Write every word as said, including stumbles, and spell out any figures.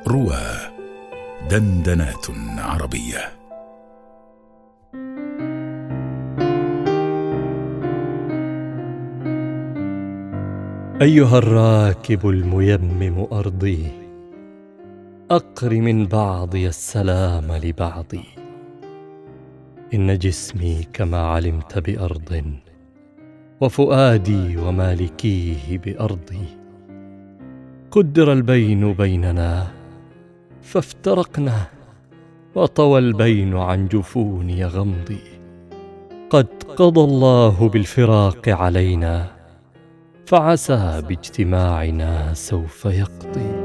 روى دندنات عربية. أيها الراكب الميمم أرضي، أقر من بعضي السلام لبعضي. إن جسمي كما علمت بأرض، وفؤادي ومالكيه بأرضي. قدر البين بيننا فافترقنا، وطوى البين عن جفوني غمضي. قد قضى الله بالفراق علينا، فعسى باجتماعنا سوف يقضي.